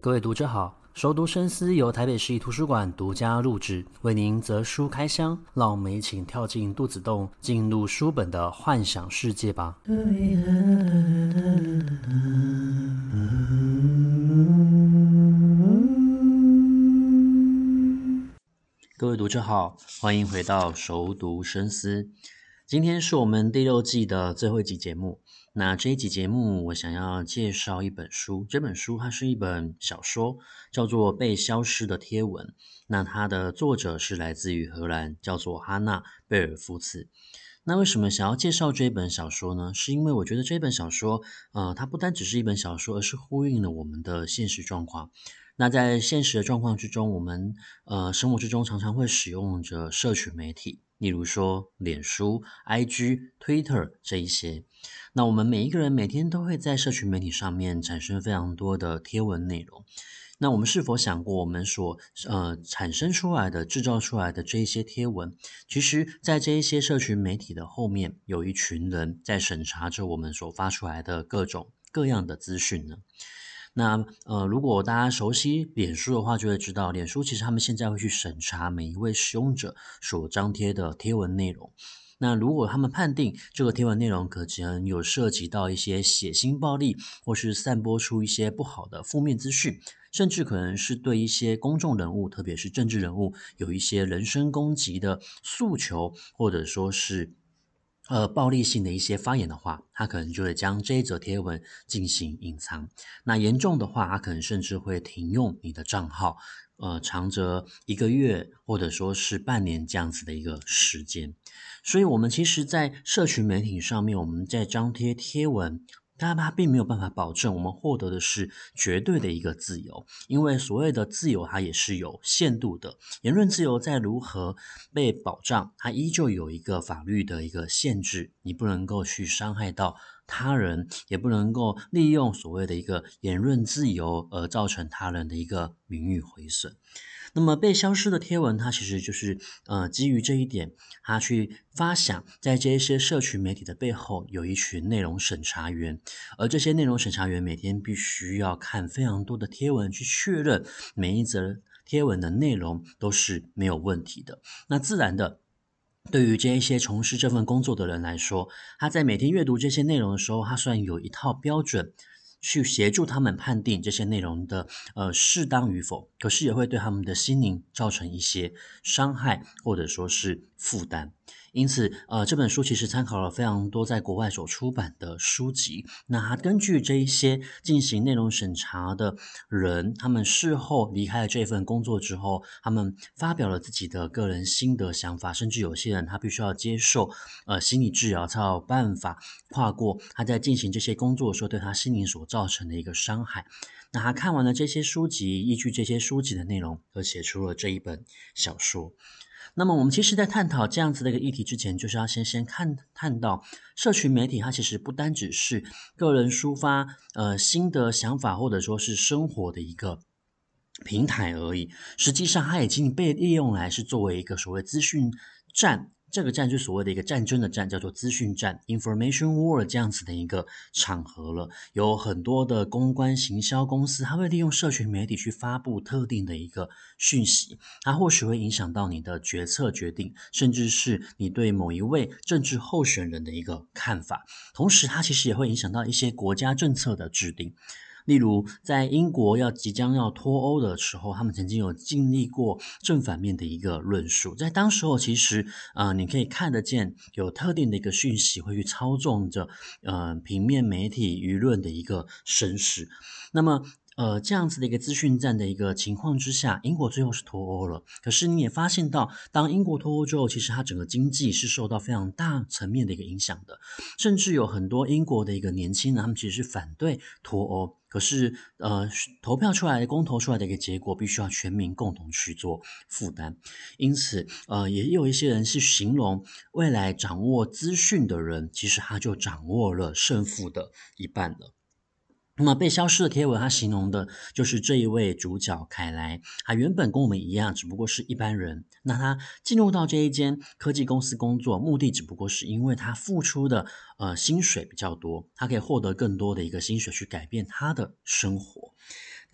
各位读者好，熟读深思由台北市立图书馆独家录制，为您择书开箱，让我们一起跳进肚子洞，进入书本的幻想世界吧。各位读者好，欢迎回到熟读深思。今天是我们第6季的最后一集节目。那这一集节目我想要介绍一本书，这本书它是一本小说，叫做《被消失的贴文》。那它的作者是来自于荷兰，叫做哈娜·贝尔夫茨。那为什么想要介绍这本小说呢？是因为我觉得这本小说它不单只是一本小说，而是呼应了我们的现实状况。那在现实的状况之中，我们生活之中常常会使用着社群媒体，例如说脸书、IG、Twitter 这一些。那我们每一个人每天都会在社群媒体上面产生非常多的贴文内容。那我们是否想过，我们所产生出来的、制造出来的这一些贴文，其实在这一些社群媒体的后面，有一群人在审查着我们所发出来的各种各样的资讯呢？那如果大家熟悉脸书的话，就会知道，脸书其实他们现在会去审查每一位使用者所张贴的贴文内容。那如果他们判定这个贴文内容可能有涉及到一些血腥暴力，或是散播出一些不好的负面资讯，甚至可能是对一些公众人物，特别是政治人物，有一些人身攻击的诉求，或者说是暴力性的一些发言的话，他可能就会将这一则贴文进行隐藏。那严重的话，他可能甚至会停用你的账号，长则1个月或者说是半年这样子的一个时间。所以我们其实在社群媒体上面，我们在张贴贴文，但它并没有办法保证我们获得的是绝对的一个自由，因为所谓的自由它也是有限度的。言论自由在如何被保障，它依旧有一个法律的一个限制，你不能够去伤害到他人，也不能够利用所谓的一个言论自由而造成他人的一个名誉毁损。那么被消失的贴文，它其实就是基于这一点，他去发想在这一些社群媒体的背后有一群内容审查员，而这些内容审查员每天必须要看非常多的贴文，去确认每一则贴文的内容都是没有问题的。那自然的，对于这一些从事这份工作的人来说，他在每天阅读这些内容的时候，他虽然有一套标准去协助他们判定这些内容的适当与否，可是也会对他们的心灵造成一些伤害，或者说是负担。因此这本书其实参考了非常多在国外所出版的书籍，那他根据这一些进行内容审查的人，他们事后离开了这份工作之后，他们发表了自己的个人心得想法，甚至有些人他必须要接受心理治疗才有办法跨过他在进行这些工作的时候对他心灵所造成的一个伤害。那他看完了这些书籍，依据这些书籍的内容而写出了这一本小说。那么我们其实在探讨这样子的一个议题之前，就是要先看到社群媒体它其实不单只是个人抒发新的想法或者说是生活的一个平台而已，实际上它已经被利用来是作为一个所谓资讯战，这个战就是所谓的一个战争的战，叫做资讯战 （information war） 这样子的一个场合了。有很多的公关行销公司，它会利用社群媒体去发布特定的一个讯息，它或许会影响到你的决策决定，甚至是你对某一位政治候选人的一个看法。同时，它其实也会影响到一些国家政策的制定。例如，在英国即将要脱欧的时候，他们曾经有经历过正反面的一个论述。在当时候，其实你可以看得见有特定的一个讯息会去操纵着平面媒体舆论的一个声势。那么这样子的一个资讯战的一个情况之下，英国最后是脱欧了。可是你也发现到，当英国脱欧之后，其实它整个经济是受到非常大层面的一个影响的，甚至有很多英国的一个年轻人，他们其实是反对脱欧。可是投票出来的公投出来的一个结果，必须要全民共同去做负担。因此也有一些人是形容未来掌握资讯的人，其实他就掌握了胜负的一半了。那么被消失的贴文，他形容的就是这一位主角凯莱，他原本跟我们一样，只不过是一般人。那他进入到这一间科技公司工作，目的只不过是因为他付出的薪水比较多，他可以获得更多的一个薪水去改变他的生活。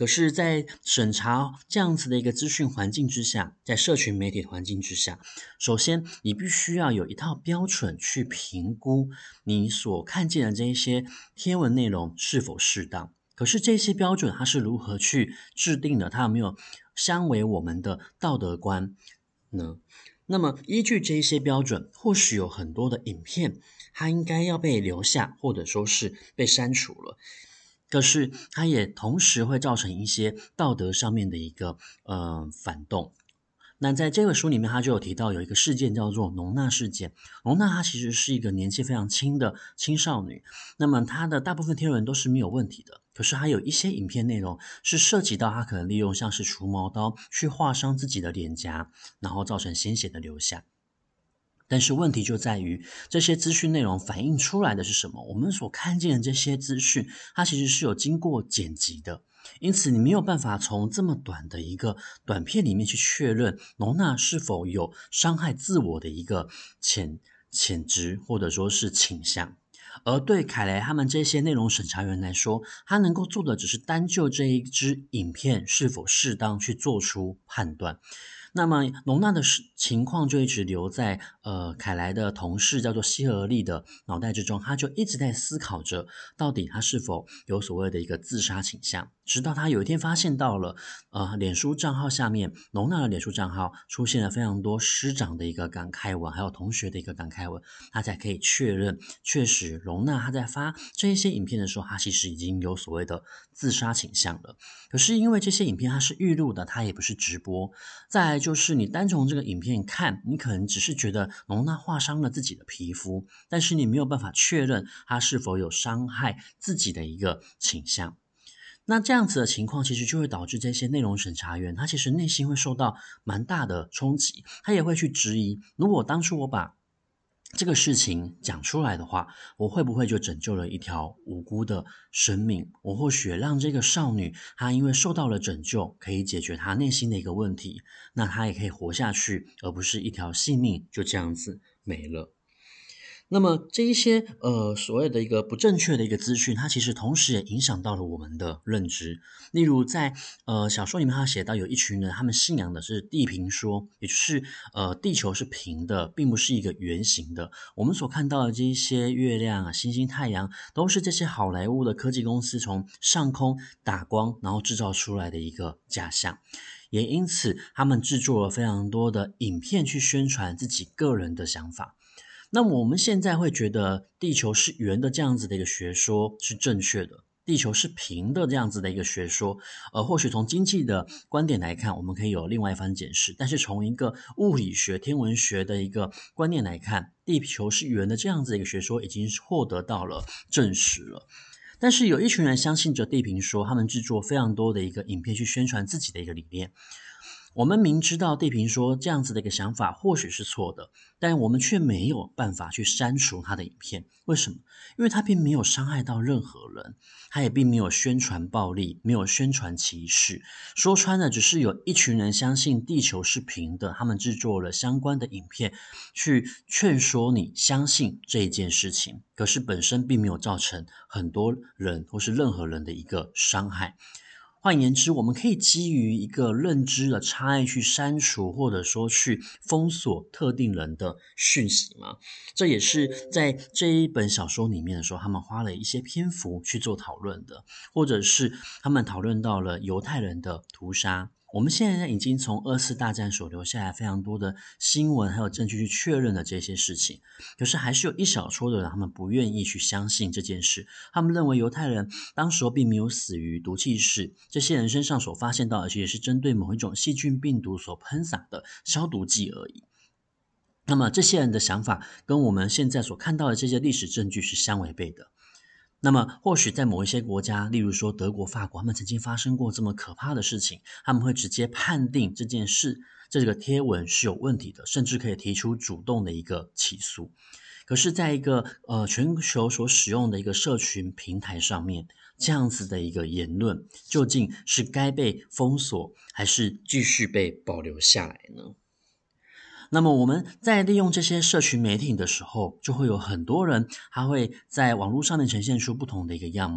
可是在审查这样子的一个资讯环境之下，在社群媒体环境之下，首先你必须要有一套标准去评估你所看见的这一些贴文内容是否适当。可是这些标准它是如何去制定的？它有没有相违我们的道德观呢？那么依据这一些标准，或许有很多的影片，它应该要被留下，或者说是被删除了。可是它也同时会造成一些道德上面的一个反动。那在这个书里面，他就有提到有一个事件叫做农娜事件。农娜她其实是一个年纪非常轻的青少女，那么她的大部分贴文都是没有问题的。可是还有一些影片内容是涉及到她可能利用像是除毛刀去划伤自己的脸颊，然后造成鲜血的流下。但是问题就在于，这些资讯内容反映出来的是什么？我们所看见的这些资讯，它其实是有经过剪辑的，因此你没有办法从这么短的一个短片里面去确认农娜是否有伤害自我的一个潜质或者说是倾向。而对凯莱他们这些内容审查员来说，他能够做的只是单就这一支影片是否适当去做出判断。那么农娜的情况就一直留在凯莱的同事叫做希尔利的脑袋之中，他就一直在思考着，到底他是否有所谓的一个自杀倾向。直到他有一天发现到了脸书账号下面，农娜的脸书账号出现了非常多师长的一个感慨文，还有同学的一个感慨文，他才可以确认，确实农娜他在发这一些影片的时候，他其实已经有所谓的自杀倾向了。可是因为这些影片它是预录的，它也不是直播。再来就是你单从这个影片看，你可能只是觉得农娜划伤了自己的皮肤，但是你没有办法确认他是否有伤害自己的一个倾向。那这样子的情况，其实就会导致这些内容审查员，他其实内心会受到蛮大的冲击，他也会去质疑，如果当初我把这个事情讲出来的话，我会不会就拯救了一条无辜的生命？我或许让这个少女，她因为受到了拯救，可以解决她内心的一个问题，那她也可以活下去，而不是一条性命就这样子没了。那么这一些所谓的一个不正确的一个资讯，它其实同时也影响到了我们的认知。例如在小说里面，他写到有一群人，他们信仰的是地平说，也就是地球是平的，并不是一个圆形的。我们所看到的这一些月亮啊、星星、太阳，都是这些好莱坞的科技公司从上空打光，然后制造出来的一个假象。也因此，他们制作了非常多的影片去宣传自己个人的想法。那我们现在会觉得地球是圆的这样子的一个学说是正确的，地球是平的这样子的一个学说，或许从经济的观点来看，我们可以有另外一番解释，但是从一个物理学、天文学的一个观念来看，地球是圆的这样子的一个学说已经获得到了证实了。但是有一群人相信着地平说，他们制作非常多的一个影片去宣传自己的一个理念。我们明知道地平说这样子的一个想法或许是错的，但我们却没有办法去删除他的影片。为什么？因为他并没有伤害到任何人，他也并没有宣传暴力，没有宣传歧视。说穿了，只是有一群人相信地球是平的，他们制作了相关的影片，去劝说你相信这一件事情。可是本身并没有造成很多人或是任何人的一个伤害。换言之，我们可以基于一个认知的差异去删除，或者说去封锁特定人的讯息吗？这也是在这一本小说里面的时候，他们花了一些篇幅去做讨论的，或者是他们讨论到了犹太人的屠杀。我们现在已经从二次大战所留下来非常多的新闻还有证据去确认了这些事情，可是还是有一小撮的人，他们不愿意去相信这件事。他们认为犹太人当时并没有死于毒气室，这些人身上所发现到的其实是针对某一种细菌病毒所喷洒的消毒剂而已。那么这些人的想法跟我们现在所看到的这些历史证据是相违背的。那么或许在某一些国家，例如说德国、法国，他们曾经发生过这么可怕的事情，他们会直接判定这件事这个贴文是有问题的，甚至可以提出主动的一个起诉。可是在一个全球所使用的一个社群平台上面，这样子的一个言论究竟是该被封锁，还是继续被保留下来呢？那么我们在利用这些社群媒体的时候，就会有很多人他会在网络上面呈现出不同的一个样貌。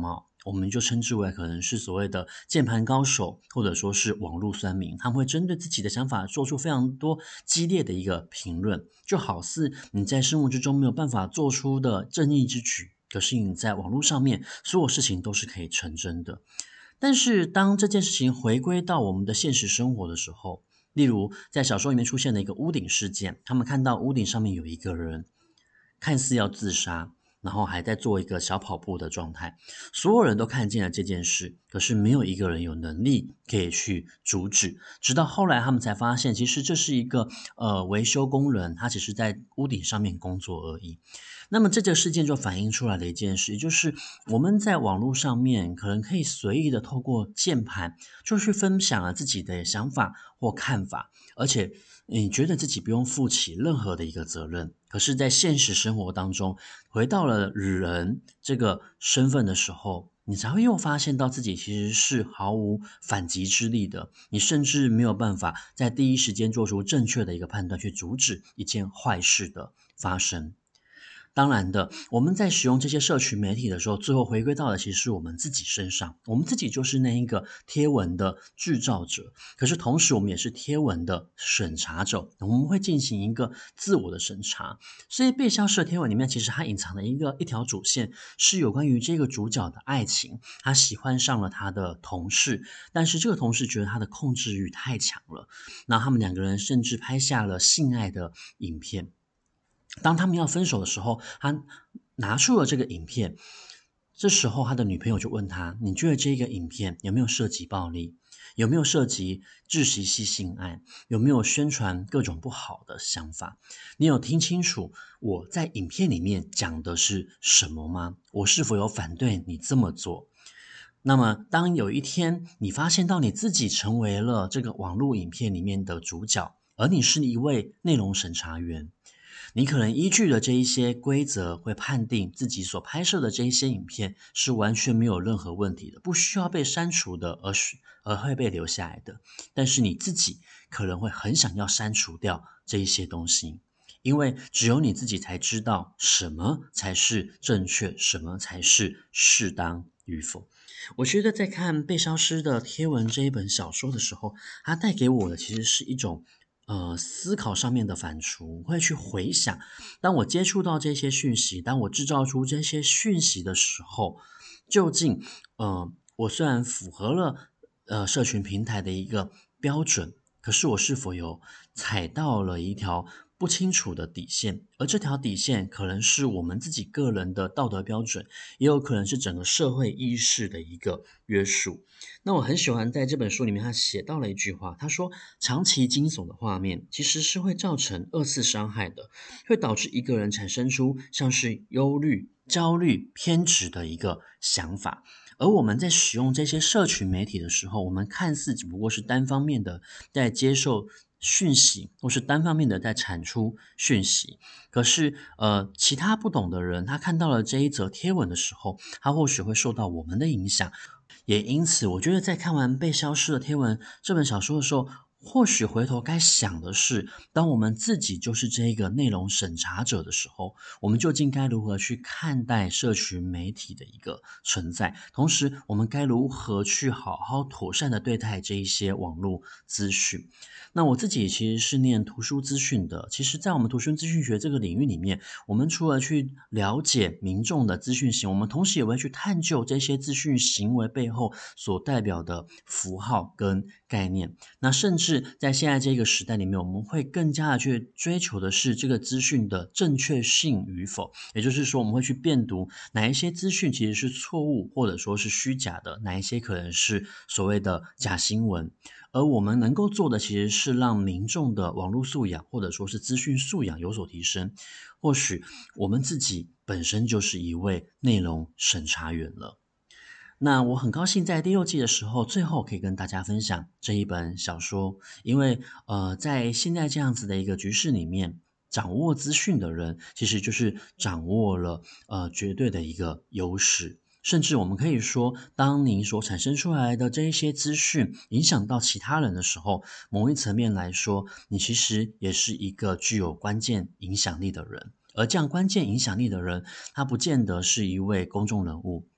我们就称之为可能是所谓的键盘高手，或者说是网络酸民，他们会针对自己的想法做出非常多激烈的一个评论，就好似你在生活之中没有办法做出的正义之举，可是你在网络上面所有事情都是可以成真的。但是当这件事情回归到我们的现实生活的时候，例如在小说里面出现的一个屋顶事件，他们看到屋顶上面有一个人看似要自杀，然后还在做一个小跑步的状态，所有人都看见了这件事，可是没有一个人有能力可以去阻止，直到后来他们才发现，其实这是一个维修工人，他只是在屋顶上面工作而已。那么这个事件就反映出来的一件事，就是我们在网络上面可能可以随意的透过键盘就去分享了自己的想法或看法，而且你觉得自己不用负起任何的一个责任。可是在现实生活当中，回到了人这个身份的时候，你才会又发现到自己其实是毫无反击之力的，你甚至没有办法在第一时间做出正确的一个判断，去阻止一件坏事的发生。当然的，我们在使用这些社群媒体的时候，最后回归到的其实是我们自己身上，我们自己就是那一个贴文的制造者，可是同时我们也是贴文的审查者，我们会进行一个自我的审查。所以被消失的贴文里面，其实它隐藏的一条主线，是有关于这个主角的爱情，他喜欢上了他的同事，但是这个同事觉得他的控制欲太强了，那他们两个人甚至拍下了性爱的影片。当他们要分手的时候，他拿出了这个影片，这时候他的女朋友就问他，你觉得这个影片有没有涉及暴力，有没有涉及窒息系性爱，有没有宣传各种不好的想法，你有听清楚我在影片里面讲的是什么吗？我是否有反对你这么做？那么当有一天你发现到你自己成为了这个网络影片里面的主角，而你是一位内容审查员，你可能依据了这一些规则，会判定自己所拍摄的这一些影片是完全没有任何问题的，不需要被删除的，而会被留下来的。但是你自己可能会很想要删除掉这一些东西，因为只有你自己才知道什么才是正确，什么才是适当与否。我觉得在看《被消失的贴文》这一本小说的时候，它带给我的其实是一种思考上面的反刍，会去回想，当我接触到这些讯息，当我制造出这些讯息的时候，究竟我虽然符合了社群平台的一个标准，可是我是否有踩到了一条不清楚的底线，而这条底线可能是我们自己个人的道德标准，也有可能是整个社会意识的一个约束。那我很喜欢在这本书里面他写到了一句话，他说长期惊悚的画面其实是会造成二次伤害的，会导致一个人产生出像是忧虑、焦虑、偏执的一个想法。而我们在使用这些社群媒体的时候，我们看似只不过是单方面的在接受讯息，或是单方面的在产出讯息。可是其他不懂的人，他看到了这一则贴文的时候，他或许会受到我们的影响。也因此，我觉得在看完《被消失的贴文》这本小说的时候，或许回头该想的是，当我们自己就是这个内容审查者的时候，我们究竟该如何去看待社群媒体的一个存在？同时，我们该如何去好好妥善的对待这一些网络资讯？那我自己其实是念图书资讯的，其实在我们图书资讯学这个领域里面，我们除了去了解民众的资讯行为，我们同时也会去探究这些资讯行为背后所代表的符号跟概念。那甚至在现在这个时代里面，我们会更加的去追求的是这个资讯的正确性与否，也就是说，我们会去辨读哪一些资讯其实是错误或者说是虚假的，哪一些可能是所谓的假新闻。而我们能够做的其实是让民众的网络素养或者说是资讯素养有所提升。或许我们自己本身就是一位内容审查员了。那我很高兴在第6季的时候，最后可以跟大家分享这一本小说，因为在现在这样子的一个局势里面，掌握资讯的人其实就是掌握了绝对的一个优势。甚至我们可以说，当你所产生出来的这一些资讯影响到其他人的时候，某一层面来说，你其实也是一个具有关键影响力的人。而这样关键影响力的人，他不见得是一位公众人物，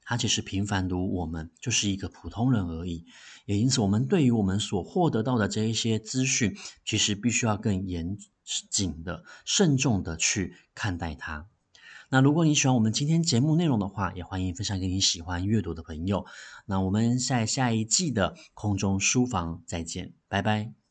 他其实平凡如我们，就是一个普通人而已。也因此，我们对于我们所获得到的这一些资讯，其实必须要更严谨的、慎重的去看待它。那如果你喜欢我们今天节目内容的话，也欢迎分享给你喜欢阅读的朋友。那我们在下一季的空中书房再见，拜拜。